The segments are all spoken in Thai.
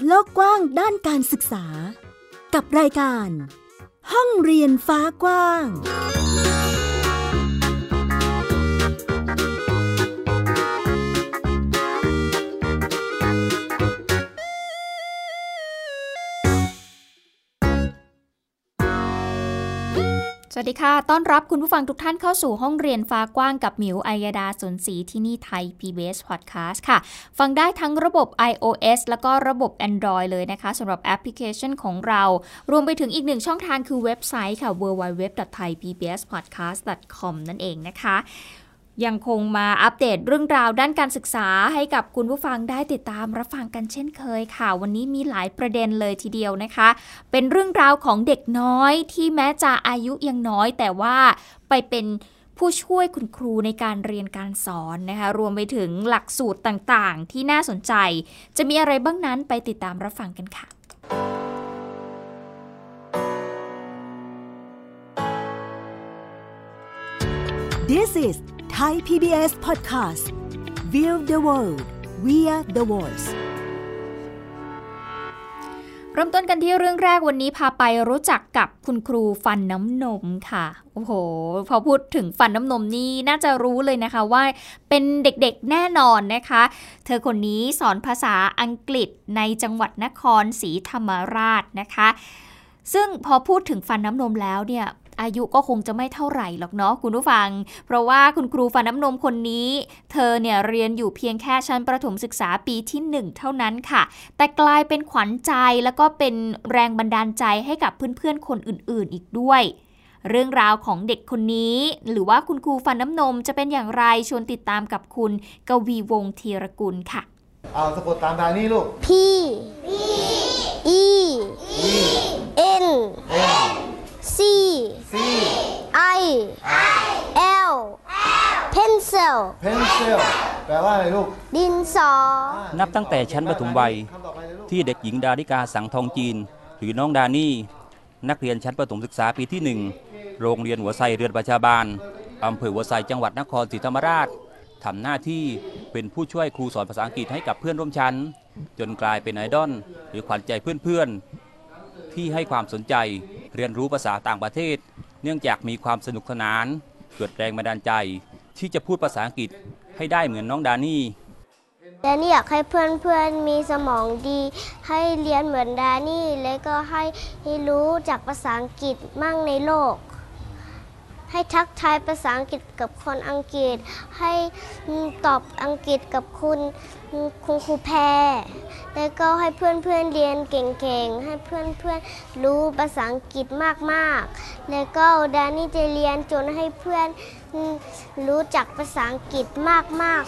โลกกว้างด้านการศึกษากับรายการห้องเรียนฟ้ากว้างสวัสดีค่ะต้อนรับคุณผู้ฟังทุกท่านเข้าสู่ห้องเรียนฟ้ากว้างกับหมิวอัยดาสนศรีที่นี่ไทย PBS Podcast ค่ะฟังได้ทั้งระบบ iOS แล้วก็ระบบ Android เลยนะคะสำหรับแอปพลิเคชันของเรารวมไปถึงอีกหนึ่งช่องทางคือเว็บไซต์ค่ะ www.thaipbspodcast.com นั่นเองนะคะยังคงมาอัปเดตเรื่องราวด้านการศึกษาให้กับคุณผู้ฟังได้ติดตามรับฟังกันเช่นเคยค่ะวันนี้มีหลายประเด็นเลยทีเดียวนะคะเป็นเรื่องราวของเด็กน้อยที่แม้จะอายุยังน้อยแต่ว่าไปเป็นผู้ช่วยคุณครูในการเรียนการสอนนะคะรวมไปถึงหลักสูตรต่างๆที่น่าสนใจจะมีอะไรบ้างนั้นไปติดตามรับฟังกันค่ะ This is Thai PBS Podcast View the World via the Voice เริ่มต้นกันที่เรื่องแรกวันนี้พาไปรู้จักกับคุณครูฟันน้ำนมค่ะโอ้โหพอพูดถึงฟันน้ำนมนี่น่าจะรู้เลยนะคะว่าเป็นเด็กๆแน่นอนนะคะเธอคนนี้สอนภาษาอังกฤษในจังหวัดนครศรีธรรมราชนะคะซึ่งพอพูดถึงฟันน้ำนมแล้วเนี่ยอายุก็คงจะไม่เท่าไหร่หรอกเนาะคุณผู้ฟังเพราะว่าคุณครูฟันน้ำนมคนนี้เธอเนี่ยเรียนอยู่เพียงแค่ชั้นประถมศึกษาปีที่1เท่านั้นค่ะแต่กลายเป็นขวัญใจแล้วก็เป็นแรงบันดาลใจให้กับเพื่อนๆคนอื่นๆอีกด้วยเรื่องราวของเด็กคนนี้หรือว่าคุณครูฟันน้ำนมจะเป็นอย่างไรชวนติดตามกับคุณกวีวงศ์ธีรกุลค่ะเอาสะกดตามทางนี้ลูก P E N C I L pencil แปลว่าอะไรลูกดินสอนับตั้งแต่ชั้นประถมวัยที่เด็กหญิงดาริกาสังทองจีนหรือน้องดานี่นักเรียนชั้นประถมศึกษาปีที่1โรงเรียนหัวไซเรือนประชาบาลอำเภอหัวไซจังหวัดนครศรีธรรมราชทำหน้าที่เป็นผู้ช่วยครูสอนภาษาอังกฤษให้กับเพื่อนร่วมชั้นจนกลายเป็นไอดอลหรือขวัญใจเพื่อนๆที่ให้ความสนใจเรียนรู้ภาษาต่างประเทศเนื่องจากมีความสนุกสนานเกิดแรงบันดาลใจที่จะพูดภาษาอังกฤษให้ได้เหมือนน้องดานี่อยากให้เพื่อนๆมีสมองดีให้เรียนเหมือนดานี่แล้วก็ให้รู้จักภาษาอังกฤษมั่งในโลกให้ทักทายภาษาอังกฤษกับคนอังกฤษให้ตอบอังกฤษกับคุณครูแพรแล้วก็ให้เพื่อนๆเรียนเก่งๆให้เพื่อนๆรู้ภาษาอังกฤษมากๆแล้วก็ดานี่จะเรียนจนให้เพื่อนรู้จักภาษาอังกฤษมาก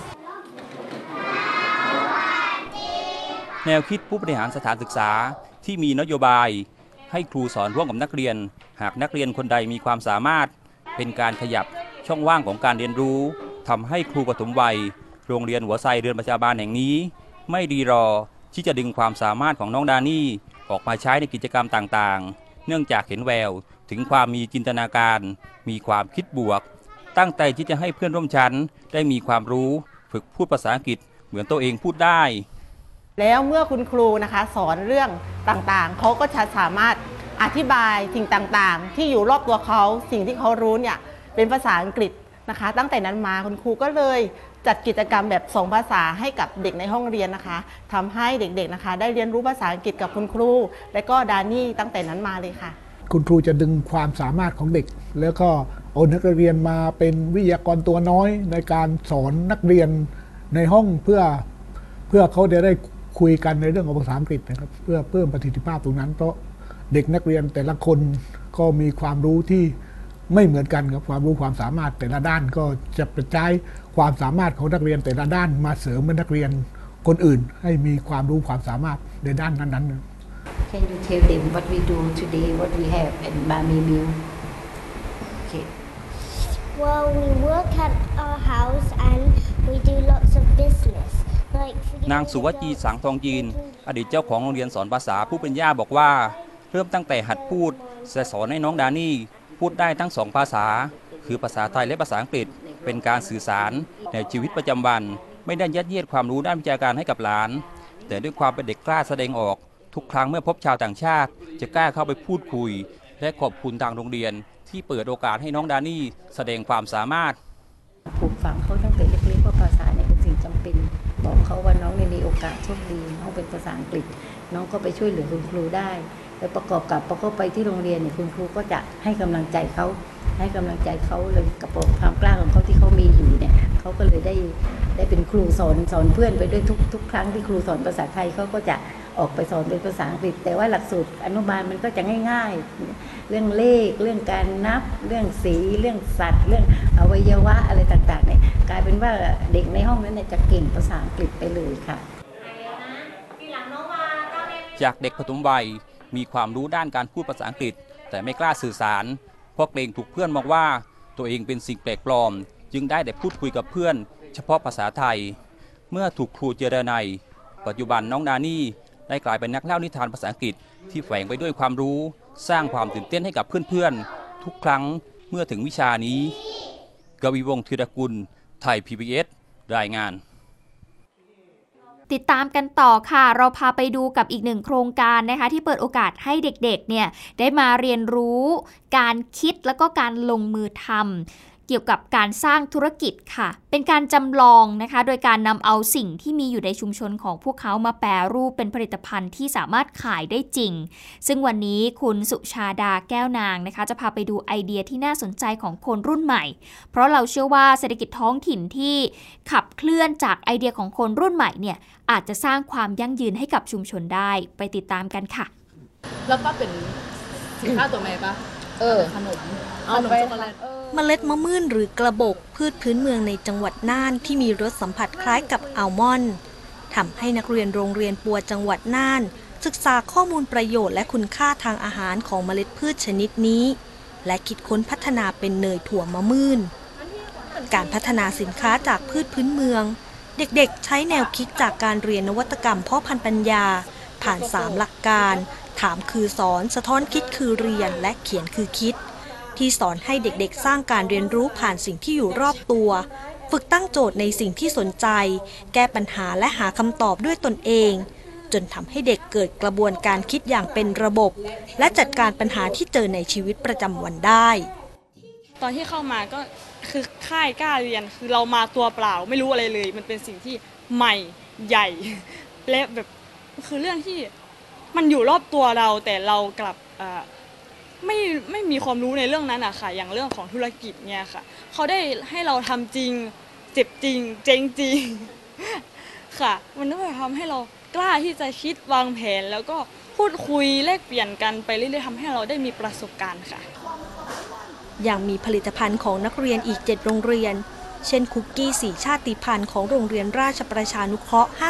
ๆแนวคิดผู้บริหารสถานศึกษาที่มีนโยบายให้ครูสอนร่วมกับนักเรียนหากนักเรียนคนใดมีความสามารถเป็นการขยับช่องว่างของการเรียนรู้ทำให้ครูปฐมวัยโรงเรียนหัวไซเรือนประชาบาลแห่งนี้ไม่รีรอที่จะดึงความสามารถของน้องดานี่ออกมาใช้ในกิจกรรมต่างๆเนื่องจากเห็นแววถึงความมีจินตนาการมีความคิดบวกตั้งใจที่จะให้เพื่อนร่วมชั้นได้มีความรู้ฝึกพูดภาษาอังกฤษเหมือนตัวเองพูดได้แล้วเมื่อคุณครูนะคะสอนเรื่องต่างๆเขาก็จะสามารถอธิบายสิ่งต่างๆที่อยู่รอบตัวเขาสิ่งที่เขารู้เนี่ยเป็นภาษาอังกฤษนะคะตั้งแต่นั้นมาคุณครูก็เลยจัดกิจกรรมแบบ2ภาษาให้กับเด็กในห้องเรียนนะคะทำให้เด็กๆนะคะได้เรียนรู้ภาษาอังกฤษกับคุณครูและก็ดานี่ตั้งแต่นั้นมาเลยค่ะคุณครูจะดึงความสามารถของเด็กแล้วก็เอานักเรียนมาเป็นวิทยากรตัวน้อยในการสอนนักเรียนในห้องเพื่อเขาจะได้คุยกันในเรื่องของภาษาอังกฤษนะครับเพื่อเพิ่มประสิทธิภาพตรงนั้นเพราะเด็กนักเรียนแต่ละคนก็มีความรู้ที่ไม่เหมือนกันครับความรู้ความสามารถแต่ละด้านก็จะใช้ความสามารถของนักเรียนแต่ละด้านมาเสริมนักเรียนคนอื่นให้มีความรู้ความสามารถในด้านนั้นๆ Can you tell them what we do today, what we have at Bami Mill? Okay. Well, we work at our house and we do lots of business. นางสุวจีสังทองจีนอดีตเจ้าของโรงเรียนสอนภาษาผู้เป็นย่าบอกว่าเริ่มตั้งแต่หัดพูดจะสอนให้น้องดานี่พูดได้ทั้ง2ภาษาคือภาษาไทยและภาษาอังกฤษเป็นการสื่อสารในชีวิตประจำวันไม่ได้ยัดเยียดความรู้ด้านวิชาการให้กับหลานแต่ด้วยความเป็นเด็กกล้าแสดงออกทุกครั้งเมื่อพบชาวต่างชาติจะกล้าเข้าไปพูดคุยและขอบคุณทางโรงเรียนที่เปิดโอกาสให้น้องดานี่แสดงความสามารถปลูกฝังเขาตั้งแต่เล็กๆว่าภาษาเนี่ยเป็นสิ่งจำเป็นบอกเขาว่าน้องมีโอกาสโชคดีน้องเป็นภาษาอังกฤษน้องก็ไปช่วยเหลือคุณครูได้แล้วประกอบกับพอเขาไปที่โรงเรียนเนี่ยคุณครูก็จะให้กำลังใจเขาเลยกับความกล้าของเขาที่เขามีอยู่เนี่ยเขาก็เลยได้เป็นครูสอนเพื่อนไปด้วยทุกครั้งที่ครูสอนภาษาไทยเขาก็จะออกไปสอนเป็นภาษาอังกฤษแต่ว่าหลักสูตรอนุบาลมันก็จะง่ายๆเรื่องเลขเรื่องการนับเรื่องสีเรื่องสัตว์เรื่องอวัยวะอะไรต่างๆเนี่ยกลายเป็นว่าเด็กในห้องนั้นเนี่ยจะเก่งภาษาอังกฤษไปเลยค่ะจากเด็กปฐมวัยมีความรู้ด้านการพูดภาษาอังกฤษแต่ไม่กล้าสื่อสารเพราะเกรงถูกเพื่อนมองว่าตัวเองเป็นสิ่งแปลกปลอมจึงได้แต่พูดคุยกับเพื่อนเฉพาะภาษาไทยเมื่อถูกครูเจรไนปัจจุบันน้องดานี่ได้กลายเป็นนักเล่านิทานภาษาอังกฤษที่แฝงไปด้วยความรู้สร้างความตื่นเต้นให้กับเพื่อนๆทุกครั้งเมื่อถึงวิชานี้กวีวงศ์ธีรกุลไทย PBS รายงานติดตามกันต่อค่ะเราพาไปดูกับอีกหนึ่งโครงการนะคะที่เปิดโอกาสให้เด็กๆเนี่ยได้มาเรียนรู้การคิดแล้วก็การลงมือทำเกี่ยวกับการสร้างธุรกิจค่ะเป็นการจำลองนะคะโดยการนำเอาสิ่งที่มีอยู่ในชุมชนของพวกเขามาแปรรูปเป็นผลิตภัณฑ์ที่สามารถขายได้จริงซึ่งวันนี้คุณสุชาดาแก้วนางนะคะจะพาไปดูไอเดียที่น่าสนใจของคนรุ่นใหม่เพราะเราเชื่อว่าเศรษฐกิจท้องถิ่นที่ขับเคลื่อนจากไอเดียของคนรุ่นใหม่เนี่ยอาจจะสร้างความยั่งยืนให้กับชุมชนได้ไปติดตามกันค่ะแล้วก็เป็นสินค้าตัวใหม่ปะขนมช็อกโกแลตเมล็ดมะม่อนหรือกระบอกพืชพื้นเมืองในจังหวัดน่านที่มีรสสัมผัสคล้ายกับอัลมอนด์ทำให้นักเรียนโรงเรียนปัวจังหวัดน่านศึกษาข้อมูลประโยชน์และคุณค่าทางอาหารของเมล็ดพืชชนิดนี้และคิดค้นพัฒนาเป็นเนยถั่วมะม่อนการพัฒนาสินค้าจากพืชพื้นเมืองเด็กๆใช้แนวคิดจากการเรียนนวัตกรรมเพาะพันธุ์ปัญญาผ่าน3หลักการถามคือสอนสะท้อนคิดคือเรียนและเขียนคือคิดที่สอนให้เด็กๆสร้างการเรียนรู้ผ่านสิ่งที่อยู่รอบตัวฝึกตั้งโจทย์ในสิ่งที่สนใจแก้ปัญหาและหาคำตอบด้วยตนเองจนทำให้เด็กเกิดกระบวนการคิดอย่างเป็นระบบและจัดการปัญหาที่เจอในชีวิตประจำวันได้ตอนที่เข้ามาก็คือค่ายกล้าเรียนคือเรามาตัวเปล่าไม่รู้อะไรเลยมันเป็นสิ่งที่ใหม่ใหญ่และแบบคือเรื่องที่มันอยู่รอบตัวเราแต่เรากลับไม่มีความรู้ในเรื่องนั้นอะค่ะอย่างเรื่องของธุรกิจเนี่ยค่ะเขาได้ให้เราทำจริงเจ็บจริงเจ๊งจริงค่ะมันก็ทำให้เรากล้าที่จะคิดวางแผนแล้วก็พูดคุยแลกเปลี่ยนกันไปเรื่อยๆทำให้เราได้มีประสบการณ์ค่ะยังมีผลิตภัณฑ์ของนักเรียนอีก7โรงเรียนเช่นคุกกี้4ชาติพันธุ์ของโรงเรียนราชประชานุเคราะห์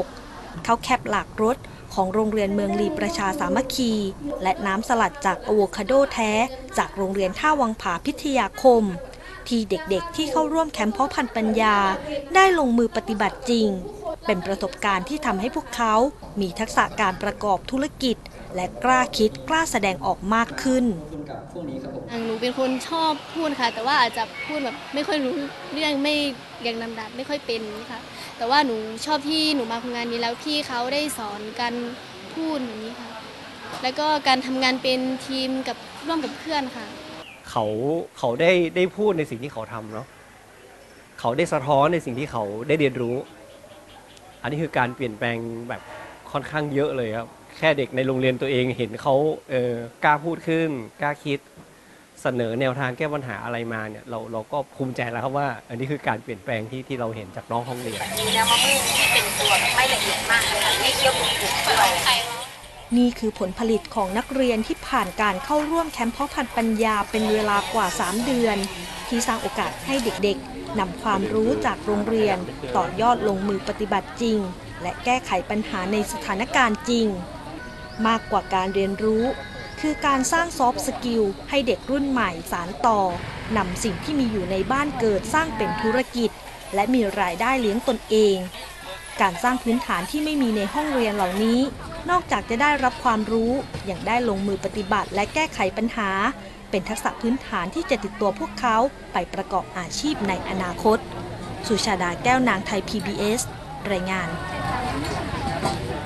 56ข้าวแคปหลากรสของโรงเรียนเมืองลีประชาสามัคคีและน้ำสลัดจากอะโวคาโดแท้จากโรงเรียนท่าวังผาพิทยาคมที่เด็กๆที่เข้าร่วมแคมป์เพาะพันธุ์ปัญญาได้ลงมือปฏิบัติจริงเป็นประสบการณ์ที่ทำให้พวกเขามีทักษะการประกอบธุรกิจและกล้าคิดกล้าแสดงออกมากขึ้นหนูเป็นคนชอบพูดค่ะแต่ว่าอาจจะพูดแบบไม่ค่อยรู้เรื่องไม่อย่างลำดับไม่ค่อยเป็นค่ะแต่ว่าหนูชอบที่หนูมาทำงานนี้แล้วพี่เขาได้สอนการพูดแบบนี้ค่ะแล้วก็การทำงานเป็นทีมกับร่วมกับเพื่อนค่ะเขาได้พูดในสิ่งที่เขาทำเนาะเขาได้สะท้อนในสิ่งที่เขาได้เรียนรู้อันนี้คือการเปลี่ยนแปลงแบบค่อนข้างเยอะเลยครับแค่เด็กในโรงเรียนตัวเองเห็นเขากล้าพูดขึ้นกล้าคิดเสนอแนวทางแก้ปัญหาอะไรมาเนี่ยเราก็ภูมิใจแล้วครับว่าอันนี้คือการเปลี่ยนแปลงที่เราเห็นจากน้องห้องเรียนแล้วมะม่วงที่เป็นตัวไม่ละเอียดมากนะคะไม่เคี้ยวกรุบด้วยนี่คือผลผลิตของนักเรียนที่ผ่านการเข้าร่วมแคมป์เพาะพันธุ์ปัญญาเป็นเวลากว่า3เดือนที่สร้างโอกาสให้เด็กๆนำความรู้จากโรงเรียนต่อยอดลงมือปฏิบัติจริงและแก้ไขปัญหาในสถานการณ์จริงมากกว่าการเรียนรู้คือการสร้างซอฟต์สกิลให้เด็กรุ่นใหม่สานต่อนำสิ่งที่มีอยู่ในบ้านเกิดสร้างเป็นธุรกิจและมีรายได้เลี้ยงตนเองการสร้างพื้นฐานที่ไม่มีในห้องเรียนเหล่านี้นอกจากจะได้รับความรู้ยังได้ลงมือปฏิบัติและแก้ไขปัญหาเป็นทักษะพื้นฐานที่จะติดตัวพวกเขาไปประกอบอาชีพในอนาคตสุชาดาแก้วนางไทย PBS รายงาน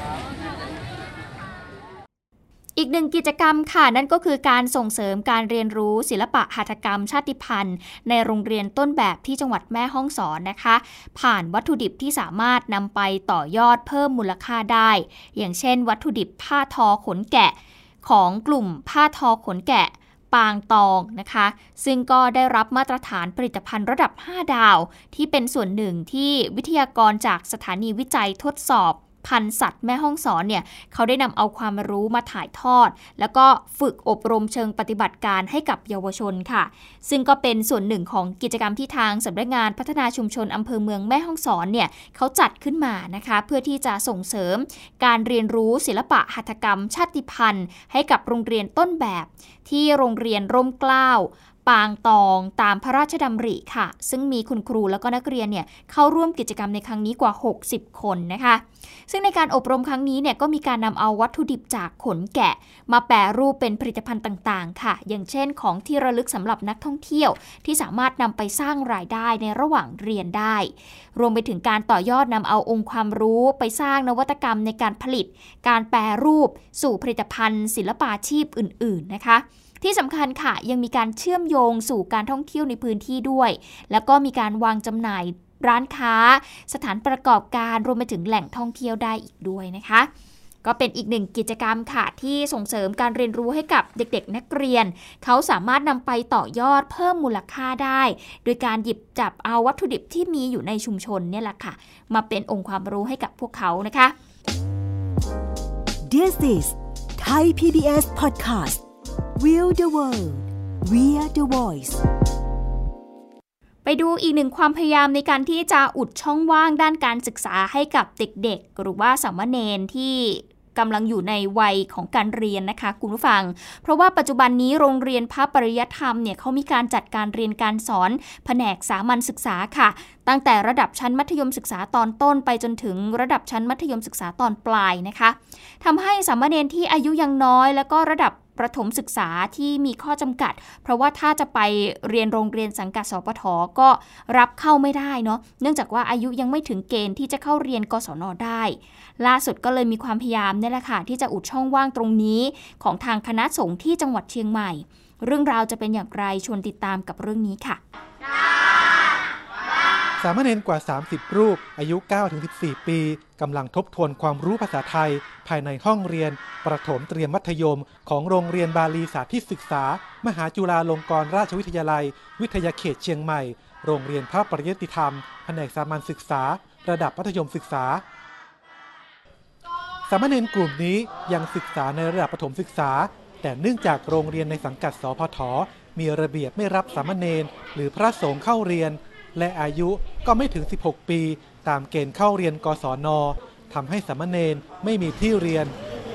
อีกหนึ่งกิจกรรมค่ะนั่นก็คือการส่งเสริมการเรียนรู้ศิลปะหัตถกรรมชาติพันธุ์ในโรงเรียนต้นแบบที่จังหวัดแม่ฮ่องสอนนะคะผ่านวัตถุดิบที่สามารถนำไปต่อยอดเพิ่มมูลค่าได้อย่างเช่นวัตถุดิบผ้าทอขนแกะของกลุ่มผ้าทอขนแกะปางตองนะคะซึ่งก็ได้รับมาตรฐานผลิตภัณฑ์ระดับ5ดาวที่เป็นส่วนหนึ่งที่วิทยากรจากสถานีวิจัยทดสอบพันธุ์สัตว์แม่ฮ่องสอนเนี่ยเขาได้นำเอาความรู้มาถ่ายทอดแล้วก็ฝึกอบรมเชิงปฏิบัติการให้กับเยาวชนค่ะซึ่งก็เป็นส่วนหนึ่งของกิจกรรมที่ทางสำนักงานพัฒนาชุมชนอำเภอเมืองแม่ฮ่องสอนเนี่ยเขาจัดขึ้นมานะคะเพื่อที่จะส่งเสริมการเรียนรู้ศิลปะหัตถกรรมชาติพันธุ์ให้กับโรงเรียนต้นแบบที่โรงเรียนร่มเกล้าปางตองตามพระราชดำริค่ะซึ่งมีคุณครูแล้วก็นักเรียนเนี่ยเข้าร่วมกิจกรรมในครั้งนี้กว่า60คนนะคะซึ่งในการอบรมครั้งนี้เนี่ยก็มีการนำเอาวัตถุดิบจากขนแกะมาแปรรูปเป็นผลิตภัณฑ์ต่างๆค่ะอย่างเช่นของที่ระลึกสำหรับนักท่องเที่ยวที่สามารถนำไปสร้างรายได้ในระหว่างเรียนได้รวมไปถึงการต่อยอดนำเอาองค์ความรู้ไปสร้างนวัตกรรมในการผลิตการแปรรูปสู่ผลิตภัณฑ์ศิลปาชีพอื่นๆนะคะที่สำคัญค่ะยังมีการเชื่อมโยงสู่การท่องเที่ยวในพื้นที่ด้วยแล้วก็มีการวางจำหน่ายร้านค้าสถานประกอบการรวมไปถึงแหล่งท่องเที่ยวได้อีกด้วยนะคะก็เป็นอีกหนึ่งกิจกรรมค่ะที่ส่งเสริมการเรียนรู้ให้กับเด็กๆนักเรียนเขาสามารถนำไปต่อยอดเพิ่มมูลค่าได้โดยการหยิบจับเอาวัตถุดิบที่มีอยู่ในชุมชนเนี่ยแหละค่ะมาเป็นองค์ความรู้ให้กับพวกเขานะคะ This is Thai PBS Podcast View the World We're the Voice ไปดูอีกหนึ่งความพยายามในการที่จะอุดช่องว่างด้านการศึกษาให้กับเด็กๆหรือว่าสามเณรที่กำลังอยู่ในวัยของการเรียนนะคะคุณผู้ฟังเพราะว่าปัจจุบันนี้โรงเรียนพระปริยธรรมเนี่ยเขามีการจัดการเรียนการสอนแผนกสามัญศึกษาค่ะตั้งแต่ระดับชั้นมัธยมศึกษาตอนต้นไปจนถึงระดับชั้นมัธยมศึกษาตอนปลายนะคะทำให้สามเณรที่อายุยังน้อยแล้วก็ระดับประถมศึกษาที่มีข้อจำกัดเพราะว่าถ้าจะไปเรียนโรงเรียนสังกัดสปท.ก็รับเข้าไม่ได้เนาะเนื่องจากว่าอายุยังไม่ถึงเกณฑ์ที่จะเข้าเรียนกศน.ได้ล่าสุดก็เลยมีความพยายามนี่แหละค่ะที่จะอุดช่องว่างตรงนี้ของทางคณะสงฆ์ที่จังหวัดเชียงใหม่เรื่องราวจะเป็นอย่างไรชวนติดตามกับเรื่องนี้ค่ะสามเณรกว่า30รูปอายุ 9-14 ปีกำลังทบทวนความรู้ภาษาไทยภายในห้องเรียนประถมเตรียมมัธยมของโรงเรียนบาลีสาธิตศึกษามหาจุฬาลงกรณราชวิทยาลัยวิทยาเขตเชียงใหม่โรงเรียนพระปริยติธรรมแผนกสามัญศึกษาระดับมัธยมศึกษาสามเณรกลุ่มนี้ยังศึกษาในระดับประถมศึกษาแต่เนื่องจากโรงเรียนในสังกัดสพท.มีระเบียบไม่รับสามเณรหรือพระสงฆ์เข้าเรียนและอายุก็ไม่ถึง16ปีตามเกณฑ์เข้าเรียนกศน.ทำให้สามเณรไม่มีที่เรียน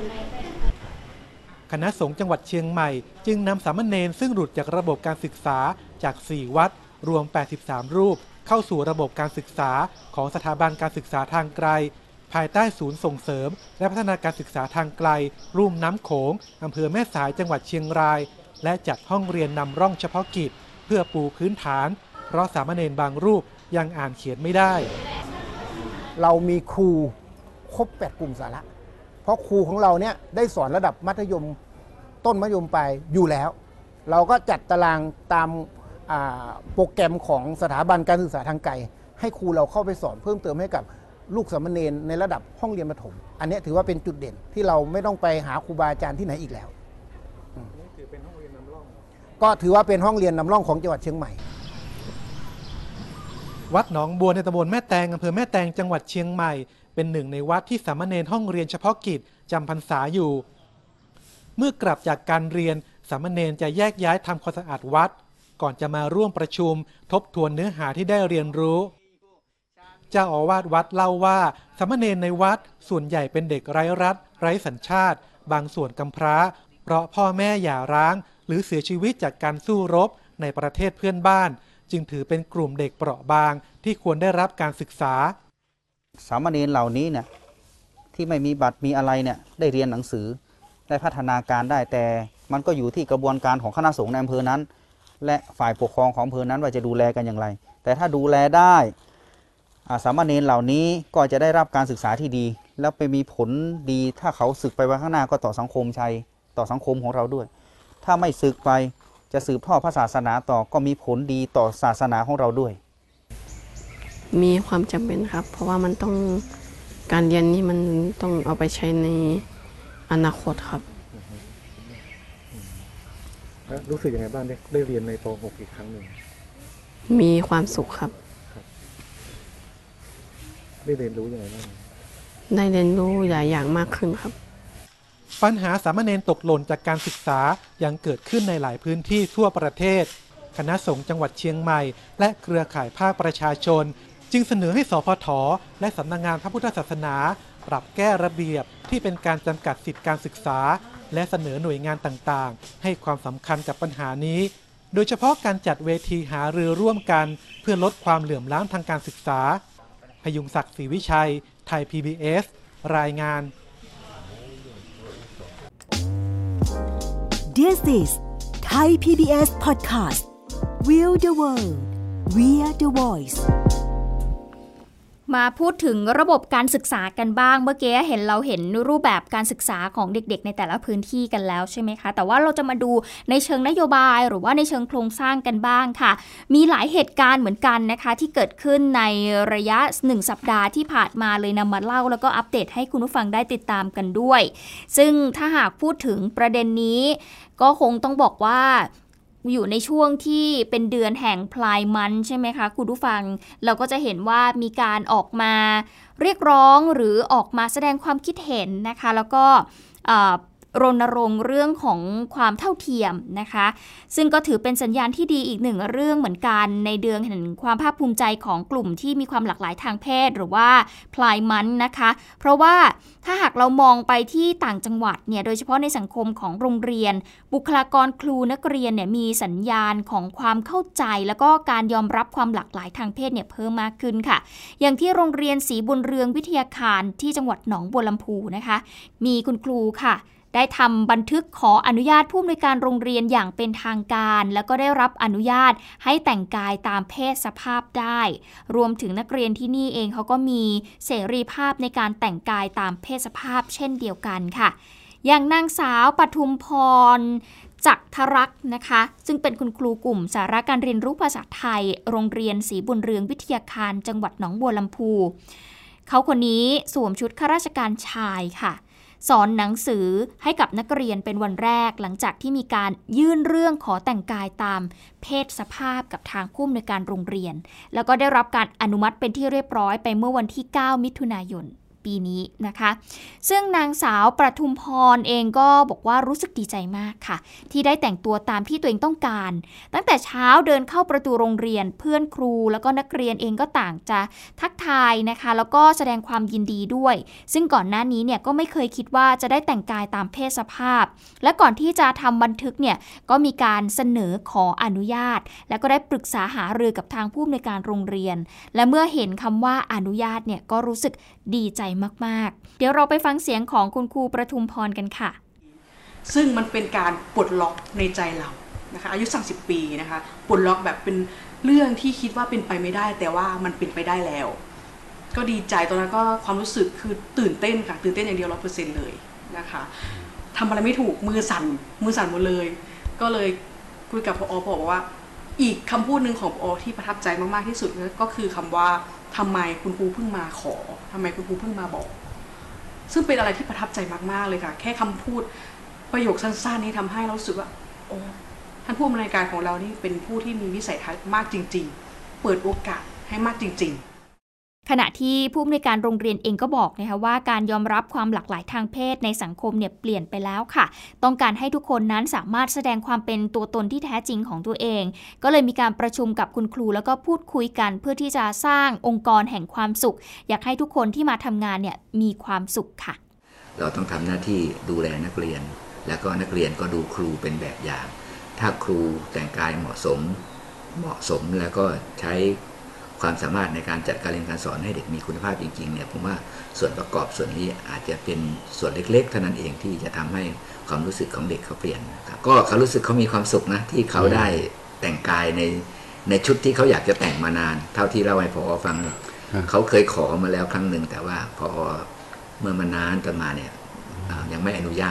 คณะสงฆ์จังหวัดเชียงใหม่จึงนำสามเณรซึ่งหลุดจากระบบการศึกษาจาก4วัดรวม83รูปเข้าสู่ระบบการศึกษาของสถาบันการศึกษาทางไกลภายใต้ศูนย์ส่งเสริมและพัฒนาการศึกษาทางไกลรุ่มน้ำโขงอำเภอแม่สายจังหวัดเชียงรายและจัดห้องเรียนนำร่องเฉพาะกิจเพื่อปูพื้นฐานเพราะสามเณรบางรูปยังอ่านเขียนไม่ได้เรามีครูครบ8กลุ่มสาระเพราะครูของเราเนี่ยได้สอนระดับมัธยมต้นมัธยมปลายอยู่แล้วเราก็จัดตารางตามโปรแกรมของสถาบันการศึกษาทางไกลให้ครูเราเข้าไปสอนเพิ่มเติมให้กับลูกสามเณรในระดับห้องเรียนประถมอันนี้ถือว่าเป็นจุดเด่นที่เราไม่ต้องไปหาครูบาอาจารย์ที่ไหนอีกแล้วก็ถือว่าเป็นห้องเรียนนำร่องของจังหวัดเชียงใหม่วัดหนองบัวในตำบลแม่แตงอำเภอแม่แตงจังหวัดเชียงใหม่เป็นหนึ่งในวัดที่สามเณรห้องเรียนเฉพาะกิจจำพรรษาอยู่เมื่อกลับจากการเรียนสามเณรจะแยกย้ายทำความสะอาดวัดก่อนจะมาร่วมประชุมทบทวนเนื้อหาที่ได้เรียนรู้เจ้าอาวาสวัดเล่าว่าสามเณรในวัดส่วนใหญ่เป็นเด็กไร้รัฐไร้สัญชาติบางส่วนกำพร้าเพราะพ่อแม่หย่าร้างหรือเสียชีวิตจากการสู้รบในประเทศเพื่อนบ้านจึงถือเป็นกลุ่มเด็กเปราะบางที่ควรได้รับการศึกษาสามเณรเหล่านี้เนี่ยที่ไม่มีบัตรมีอะไรเนี่ยได้เรียนหนังสือได้พัฒนาการได้แต่มันก็อยู่ที่กระบวนการของคณะสงฆ์ในอำเภอนั้นและฝ่ายปกครองของอำเภอนั้นว่าจะดูแลกันอย่างไรแต่ถ้าดูแลได้สามเณรเหล่านี้ก็จะได้รับการศึกษาที่ดีแล้วไปมีผลดีถ้าเขาศึกไปวันข้างหน้าก็ต่อสังคมไทยต่อสังคมของเราด้วย ถ้าไม่ศึกไปจะสืบทอดพระศาสนาต่อก็มีผลดีต่อศาสนาของเราด้วยมีความจำเป็นครับเพราะว่ามันต้องการเรียนนี้มันต้องเอาไปใช้ในอนาคตครับรู้สึกยังไงบ้างได้เรียนในป .6 อีกครั้งหนึ่งมีความสุขครับได้เรียนรู้ยังไงบ้างได้เรียนรู้หลายอย่างมากขึ้นครับปัญหาสามเณรตกหล่นจากการศึกษายังเกิดขึ้นในหลายพื้นที่ทั่วประเทศคณะสงฆ์จังหวัดเชียงใหม่และเครือข่ายภาคประชาชนจึงเสนอให้สพท.และสำนักงานพระพุทธศาสนาปรับแก้ระเบียบที่เป็นการจำกัดสิทธิการศึกษาและเสนอหน่วยงานต่างๆให้ความสำคัญกับปัญหานี้โดยเฉพาะการจัดเวทีหารือร่วมกันเพื่อลดความเหลื่อมล้ำทางการศึกษาพยุงศักดิ์ศรีวิชัยไทย PBS รายงาน This is Thai PBS Podcast View the World We're the Voice มาพูดถึงระบบการศึกษากันบ้างเมื่อกี้เห็นรูปแบบการศึกษาของเด็กๆในแต่ละพื้นที่กันแล้วใช่ไหมคะแต่ว่าเราจะมาดูในเชิงนโยบายหรือว่าในเชิงโครงสร้างกันบ้างค่ะมีหลายเหตุการณ์เหมือนกันนะคะที่เกิดขึ้นในระยะ1สัปดาห์ที่ผ่านมาเลยนำมาเล่าแล้วก็อัปเดตให้คุณผู้ฟังได้ติดตามกันด้วยซึ่งถ้าหากพูดถึงประเด็นนี้ก็คงต้องบอกว่าอยู่ในช่วงที่เป็นเดือนแห่งพลายมันใช่ไหมคะคุณผู้ฟังเราก็จะเห็นว่ามีการออกมาเรียกร้องหรือออกมาแสดงความคิดเห็นนะคะแล้วก็รณรงค์เรื่องของความเท่าเทียมนะคะซึ่งก็ถือเป็นสัญญาณที่ดีอีกหนึ่งเรื่องเหมือนกันในเดือนแห่งความภาคภูมิใจของกลุ่มที่มีความหลากหลายทางเพศหรือว่าพลายมันนะคะเพราะว่าถ้าหากเรามองไปที่ต่างจังหวัดเนี่ยโดยเฉพาะในสังคมของโรงเรียนบุคลากรครูนักเรียนเนี่ยมีสัญญาณของความเข้าใจแล้วก็การยอมรับความหลากหลายทางเพศเนี่ยเพิ่มมากขึ้นค่ะอย่างที่โรงเรียนศรีบุญเรืองวิทยาคารที่จังหวัดหนองบัวลำพูนะคะมีคุณครูค่ะได้ทำบันทึกขออนุญาตผู้อำนวยการโรงเรียนอย่างเป็นทางการแล้วก็ได้รับอนุญาตให้แต่งกายตามเพศสภาพได้รวมถึงนักเรียนที่นี่เองเขาก็มีเสรีภาพในการแต่งกายตามเพศสภาพเช่นเดียวกันค่ะอย่างนางสาวปทุมพรจักทรักษ์นะคะซึ่งเป็นคุณครูกลุ่มสาระการเรียนรู้ภาษาไทยโรงเรียนศรีบุญเรืองวิทยาคารจังหวัดหนองบัวลำพูเขาคนนี้สวมชุดข้าราชการชายค่ะสอนหนังสือให้กับนักเรียนเป็นวันแรกหลังจากที่มีการยื่นเรื่องขอแต่งกายตามเพศสภาพกับทางผู้อำนวยการโรงเรียนแล้วก็ได้รับการอนุมัติเป็นที่เรียบร้อยไปเมื่อวันที่9มิถุนายนปีนี้นะคะซึ่งนางสาวประทุมพรเองก็บอกว่ารู้สึกดีใจมากค่ะที่ได้แต่งตัวตามที่ตัวเองต้องการตั้งแต่เช้าเดินเข้าประตูโรงเรียนเพื่อนครูแล้วก็นักเรียนเองก็ต่างจะทักทายนะคะแล้วก็แสดงความยินดีด้วยซึ่งก่อนหน้านี้เนี่ยก็ไม่เคยคิดว่าจะได้แต่งกายตามเพศสภาพและก่อนที่จะทำบันทึกเนี่ยก็มีการเสนอขออนุญาตแล้วก็ได้ปรึกษาหารือกับทางผู้อำนวยการโรงเรียนและเมื่อเห็นคำว่าอนุญาตเนี่ยก็รู้สึกดีใจมากๆเดี๋ยวเราไปฟังเสียงของคุณครูประทุมพรกันค่ะซึ่งมันเป็นการปลดล็อกในใจเรานะคะอายุ30ปีนะคะปลดล็อกแบบเป็นเรื่องที่คิดว่าเป็นไปไม่ได้แต่ว่ามันเป็นไปได้แล้วก็ดีใจตอนนั้นก็ความรู้สึกคือตื่นเต้นค่ะตื่นเต้นอย่างเดียว 100% เลยนะคะทำอะไรไม่ถูกมือสั่นหมดเลยก็เลยคุยกับผอ.บอกว่าอีกคำพูดหนึ่งของผอ.ที่ประทับใจมากๆที่สุดก็คือคำว่าทำไมคุณครูเพิ่งมาขอทำไมคุณครูเพิ่งมาบอกซึ่งเป็นอะไรที่ประทับใจมากๆเลยค่ะแค่คำพูดประโยคสั้นๆนี้ทำให้เรารู้สึกว่าโอ้ท่านผู้อำนวยการของเรานี่เป็นผู้ที่มีวิสัยทัศน์มากจริงๆเปิดโอกาสให้มากจริงๆขณะที่ผู้อำนวยการโรงเรียนเองก็บอกนะคะว่าการยอมรับความหลากหลายทางเพศในสังคมเนี่ยเปลี่ยนไปแล้วค่ะต้องการให้ทุกคนนั้นสามารถแสดงความเป็นตัวตนที่แท้จริงของตัวเองก็เลยมีการประชุมกับคุณครูแล้วก็พูดคุยกันเพื่อที่จะสร้างองค์กรแห่งความสุขอยากให้ทุกคนที่มาทำงานเนี่ยมีความสุขค่ะเราต้องทำหน้าที่ดูแลนักเรียนแล้วก็นักเรียนก็ดูครูเป็นแบบอย่างถ้าครูแต่งกายเหมาะสมแล้วก็ใช้ความสามารถในการจัดการเรียนการสอนให้เด็กมีคุณภาพจริงๆเนี่ยผมว่าส่วนประกอบส่วนนี้อาจจะเป็นส่วนเล็กๆเท่านั้นเองที่จะทำให้ความรู้สึกของเด็กเขาเปลี่ยนครับก็เขารู้สึกเขามีความสุขนะที่เขาได้แต่งกายในชุดที่เขาอยากจะแต่งมานานเท่าที่เล่าให้ผอ.ฟังเนี่ยเขาเคยขอมาแล้วครั้งหนึ่งแต่ว่าพอเมื่อมานานต่อมาเนี่ยยังไม่อนุญาต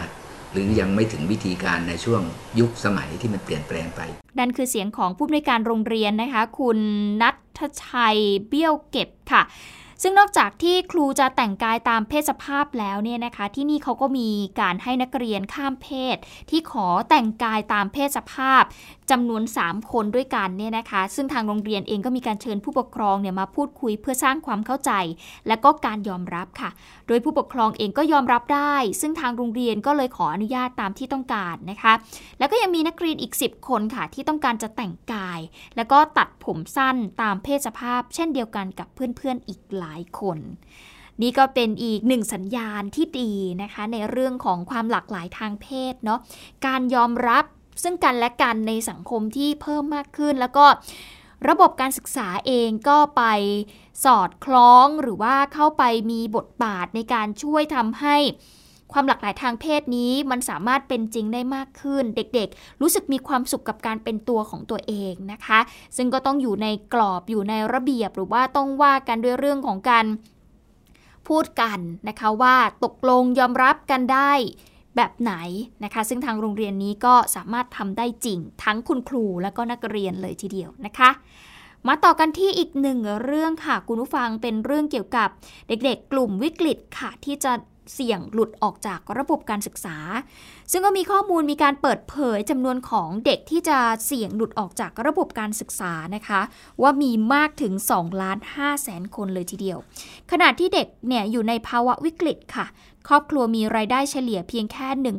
หรือยังไม่ถึงวิธีการในช่วงยุคสมัยที่มันเปลี่ยนแปลงไปนั่นคือเสียงของผู้อำนวยการโรงเรียนนะคะคุณณัฐชัยเบี้ยวเก็บค่ะซึ่งนอกจากที่ครูจะแต่งกายตามเพศสภาพแล้วเนี่ยนะคะที่นี่เขาก็มีการให้นักเรียนข้ามเพศที่ขอแต่งกายตามเพศสภาพจำนวน3คนด้วยกันเนี่ยนะคะซึ่งทางโรงเรียนเองก็มีการเชิญผู้ปกครองเนี่ยมาพูดคุยเพื่อสร้างความเข้าใจและก็การยอมรับค่ะโดยผู้ปกครองเองก็ยอมรับได้ซึ่งทางโรงเรียนก็เลยขออนุญาตตามที่ต้องการนะคะแล้วก็ยังมีนักเรียนอีก10คนค่ะที่ต้องการจะแต่งกายแล้วก็ตัดผมสั้นตามเพศสภาพเช่นเดียวกันกับเพื่อนๆอีกหลายคนนี่ก็เป็นอีกหนึ่งสัญญาณที่ดีนะคะในเรื่องของความหลากหลายทางเพศเนาะการยอมรับซึ่งกันและกันในสังคมที่เพิ่มมากขึ้นแล้วก็ระบบการศึกษาเองก็ไปสอดคล้องหรือว่าเข้าไปมีบทบาทในการช่วยทำให้ความหลากหลายทางเพศนี้มันสามารถเป็นจริงได้มากขึ้นเด็กๆรู้สึกมีความสุขกับการเป็นตัวของตัวเองนะคะซึ่งก็ต้องอยู่ในกรอบอยู่ในระเบียบหรือว่าต้องว่ากันด้วยเรื่องของการพูดกันนะคะว่าตกลงยอมรับกันได้แบบไหนนะคะซึ่งทางโรงเรียนนี้ก็สามารถทำได้จริงทั้งคุณครูและก็นักเรียนเลยทีเดียวนะคะมาต่อกันที่อีกหนึ่งเรื่องค่ะคุณผู้ฟังเป็นเรื่องเกี่ยวกับเด็กๆกลุ่มวิกฤตค่ะที่จะเสี่ยงหลุดออกจากระบบการศึกษาซึ่งก็มีข้อมูลมีการเปิดเผยจำนวนของเด็กที่จะเสี่ยงหลุดออกจากระบบการศึกษานะคะว่ามีมากถึง 2,500,000 คนเลยทีเดียวขณะที่เด็กเนี่ยอยู่ในภาวะวิกฤตค่ะครอบครัวมีรายได้เฉลี่ยเพียงแค่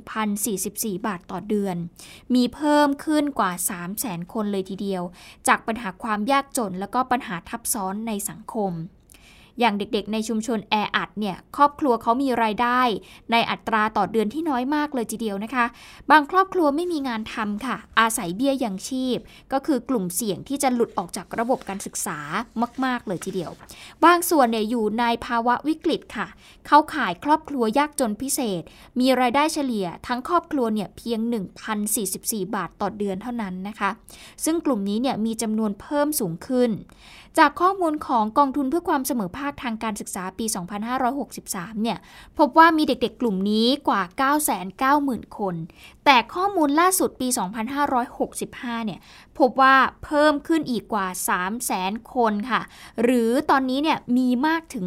1,044 บาทต่อเดือนมีเพิ่มขึ้นกว่า 300,000 คนเลยทีเดียวจากปัญหาความยากจนและก็ปัญหาทับซ้อนในสังคมอย่างเด็กๆในชุมชนแออัดเนี่ยครอบครัวเขามีรายได้ในอัตราต่อเดือนที่น้อยมากเลยทีเดียวนะคะบางครอบครัวไม่มีงานทำค่ะอาศัยเบี้ยยังชีพก็คือกลุ่มเสี่ยงที่จะหลุดออกจากระบบการศึกษามากๆเลยทีเดียวบางส่วนเนี่ยอยู่ในภาวะวิกฤตค่ะเข้าข่ายครอบครัวยากจนพิเศษมีรายได้เฉลี่ยทั้งครอบครัวเนี่ยเพียง 1,044 บาทต่อเดือนเท่านั้นนะคะซึ่งกลุ่มนี้เนี่ยมีจำนวนเพิ่มสูงขึ้นจากข้อมูลของกองทุนเพื่อความเสมอภาคทางการศึกษาปี 2563 เนี่ยพบว่ามีเด็กๆกลุ่มนี้กว่า 990,000 คนแต่ข้อมูลล่าสุดปี 2565 เนี่ยพบว่าเพิ่มขึ้นอีกกว่า 300,000 คนค่ะหรือตอนนี้เนี่ยมีมากถึง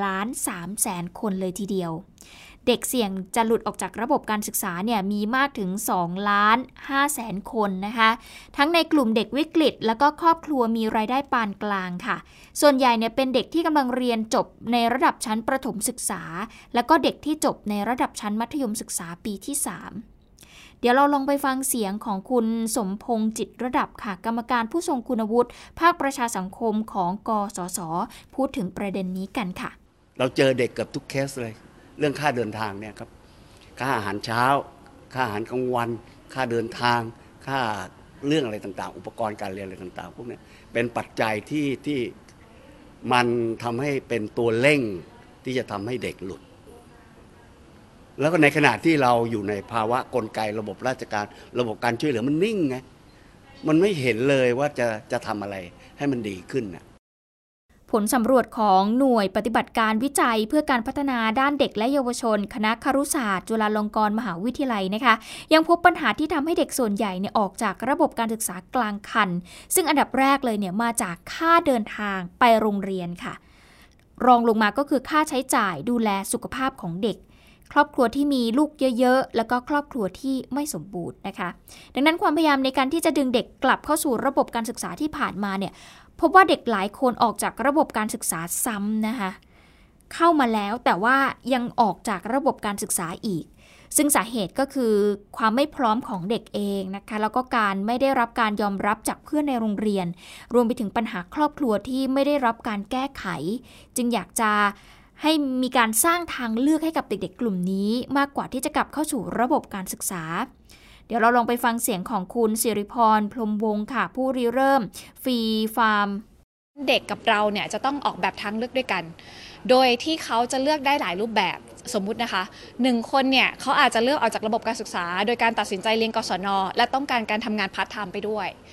1,300,000 คนเลยทีเดียวเด็กเสี่ยงจะหลุดออกจากระบบการศึกษาเนี่ยมีมากถึง 2,500,000 คนนะคะทั้งในกลุ่มเด็กวิกฤตแล้วก็ครอบครัวมีรายได้ปานกลางค่ะส่วนใหญ่เนี่ยเป็นเด็กที่กำลังเรียนจบในระดับชั้นประถมศึกษาแล้วก็เด็กที่จบในระดับชั้นมัธยมศึกษาปีที่ 3เดี๋ยวเราลองไปฟังเสียงของคุณสมพงษ์จิตระดับค่ะกรรมการผู้ทรงคุณวุฒิภาคประชาสังคมของกสศพูดถึงประเด็นนี้กันค่ะเราเจอเด็กเกือบทุกเคสเลยเรื่องค่าเดินทางเนี่ยครับค่าอาหารเช้าค่าอาหารกลางวันค่าเดินทางค่าเรื่องอะไรต่างๆอุปกรณ์การเรียนอะไรต่างๆพวกนี้เป็นปัจจัยที่มันทำให้เป็นตัวเร่งที่จะทำให้เด็กหลุดแล้วก็ในขณะที่เราอยู่ในภาวะกลไกระบบราชการระบบการช่วยเหลือมันนิ่งไงมันไม่เห็นเลยว่าจะทำอะไรให้มันดีขึ้นนะผลสำรวจของหน่วยปฏิบัติการวิจัยเพื่อการพัฒนาด้านเด็กและเยาวชนคณะครุศาสตร์จุฬาลงกรณ์มหาวิทยาลัยนะคะยังพบปัญหาที่ทำให้เด็กส่วนใหญ่เนี่ยออกจากระบบการศึกษากลางคันซึ่งอันดับแรกเลยเนี่ยมาจากค่าเดินทางไปโรงเรียนค่ะรองลงมาก็คือค่าใช้จ่ายดูแลสุขภาพของเด็กครอบครัวที่มีลูกเยอะๆแล้วก็ครอบครัวที่ไม่สมบูรณ์นะคะดังนั้นความพยายามในการที่จะดึงเด็กกลับเข้าสู่ระบบการศึกษาที่ผ่านมาเนี่ยพบว่าเด็กหลายคนออกจากระบบการศึกษาซ้ำนะคะเข้ามาแล้วแต่ว่ายังออกจากระบบการศึกษาอีกซึ่งสาเหตุก็คือความไม่พร้อมของเด็กเองนะคะแล้วก็การไม่ได้รับการยอมรับจากเพื่อนในโรงเรียนรวมไปถึงปัญหาครอบครัวที่ไม่ได้รับการแก้ไขจึงอยากจะให้มีการสร้างทางเลือกให้กับเด็กๆกลุ่มนี้มากกว่าที่จะกลับเข้าสู่ระบบการศึกษาเดี๋ยวเราลองไปฟังเสียงของคุณสิริพรพรหมวงศ์ค่ะผู้ริเริ่มฟรีฟาร์มเด็กกับเราเนี่ยจะต้องออกแบบทางเลือกด้วยกันโดยที่เขาจะเลือกได้หลายรูปแบบสมมุตินะคะ1คนเนี่ยเขาอาจจะเลือกออกจากระบบการศึกษาโดยการตัดสินใจเรียนกศนและต้องการทำงานพาร์ทไทม์ไปด้วย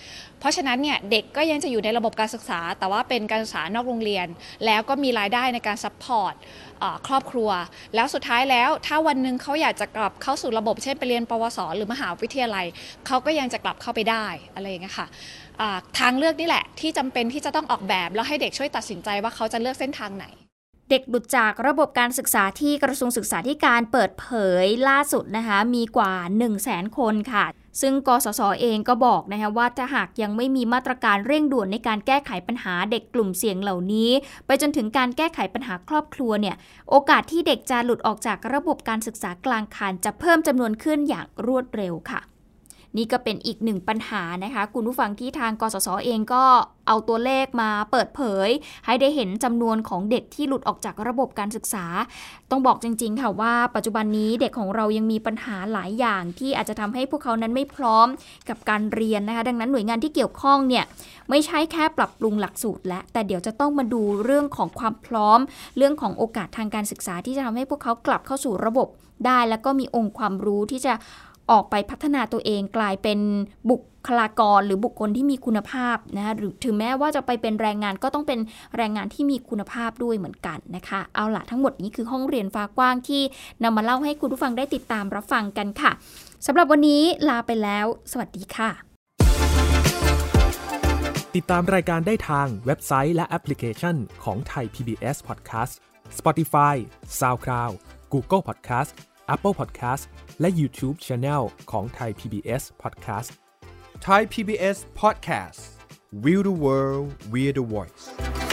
เพราะฉะนั้นเนี่ยเด็กก็ยังจะอยู่ในระบบการศึกษาแต่ว่าเป็นการศึกษานอกโรงเรียนแล้วก็มีรายได้ในการซัพพอร์ตครอบครัวแล้วสุดท้ายแล้วถ้าวันหนึ่งเขาอยากจะกลับเข้าสู่ระบบเช่นไปเรียนปวสหรือมหาวิทยาลัยเขาก็ยังจะกลับเข้าไปได้อะไรอย่างเงี้ยค่ะทางเลือกนี่แหละที่จำเป็นที่จะต้องออกแบบแล้วให้เด็กช่วยตัดสินใจว่าเขาจะเลือกเส้นทางไหนเด็กหลุดจากระบบการศึกษาที่กระทรวงศึกษาธิการเปิดเผยล่าสุดนะคะมีกว่า 100,000 คนค่ะซึ่งกสศเองก็บอกนะคะว่าถ้าหากยังไม่มีมาตรการเร่งด่วนในการแก้ไขปัญหาเด็กกลุ่มเสี่ยงเหล่านี้ไปจนถึงการแก้ไขปัญหาครอบครัวเนี่ยโอกาสที่เด็กจะหลุดออกจากระบบการศึกษากลางคันจะเพิ่มจำนวนขึ้นอย่างรวดเร็วค่ะนี่ก็เป็นอีกหนึ่งปัญหานะคะคุณผู้ฟังที่ทางกสศเองก็เอาตัวเลขมาเปิดเผยให้ได้เห็นจำนวนของเด็กที่หลุดออกจากระบบการศึกษาต้องบอกจริงๆค่ะว่าปัจจุบันนี้เด็กของเรายังมีปัญหาหลายอย่างที่อาจจะทำให้พวกเขานั้นไม่พร้อมกับการเรียนนะคะดังนั้นหน่วยงานที่เกี่ยวข้องเนี่ยไม่ใช่แค่ปรับปรุงหลักสูตรและแต่เดี๋ยวจะต้องมาดูเรื่องของความพร้อมเรื่องของโอกาสทางการศึกษาที่จะทำให้พวกเขากลับเข้าสู่ระบบได้แล้วก็มีองค์ความรู้ที่จะออกไปพัฒนาตัวเองกลายเป็นบุคลากรหรือบุคคลที่มีคุณภาพนะคะหรือถึงแม้ว่าจะไปเป็นแรงงานก็ต้องเป็นแรงงานที่มีคุณภาพด้วยเหมือนกันนะคะเอาล่ะทั้งหมดนี้คือห้องเรียนฟ้ากว้างที่นำมาเล่าให้คุณผู้ฟังได้ติดตามรับฟังกันค่ะสำหรับวันนี้ลาไปแล้วสวัสดีค่ะติดตามรายการได้ทางเว็บไซต์และแอปพลิเคชันของไทย PBS Podcast Spotify SoundCloud Google Podcast Apple Podcast และ YouTube Channel ของ Thai PBS Podcast Thai PBS Podcast We the World We the Voice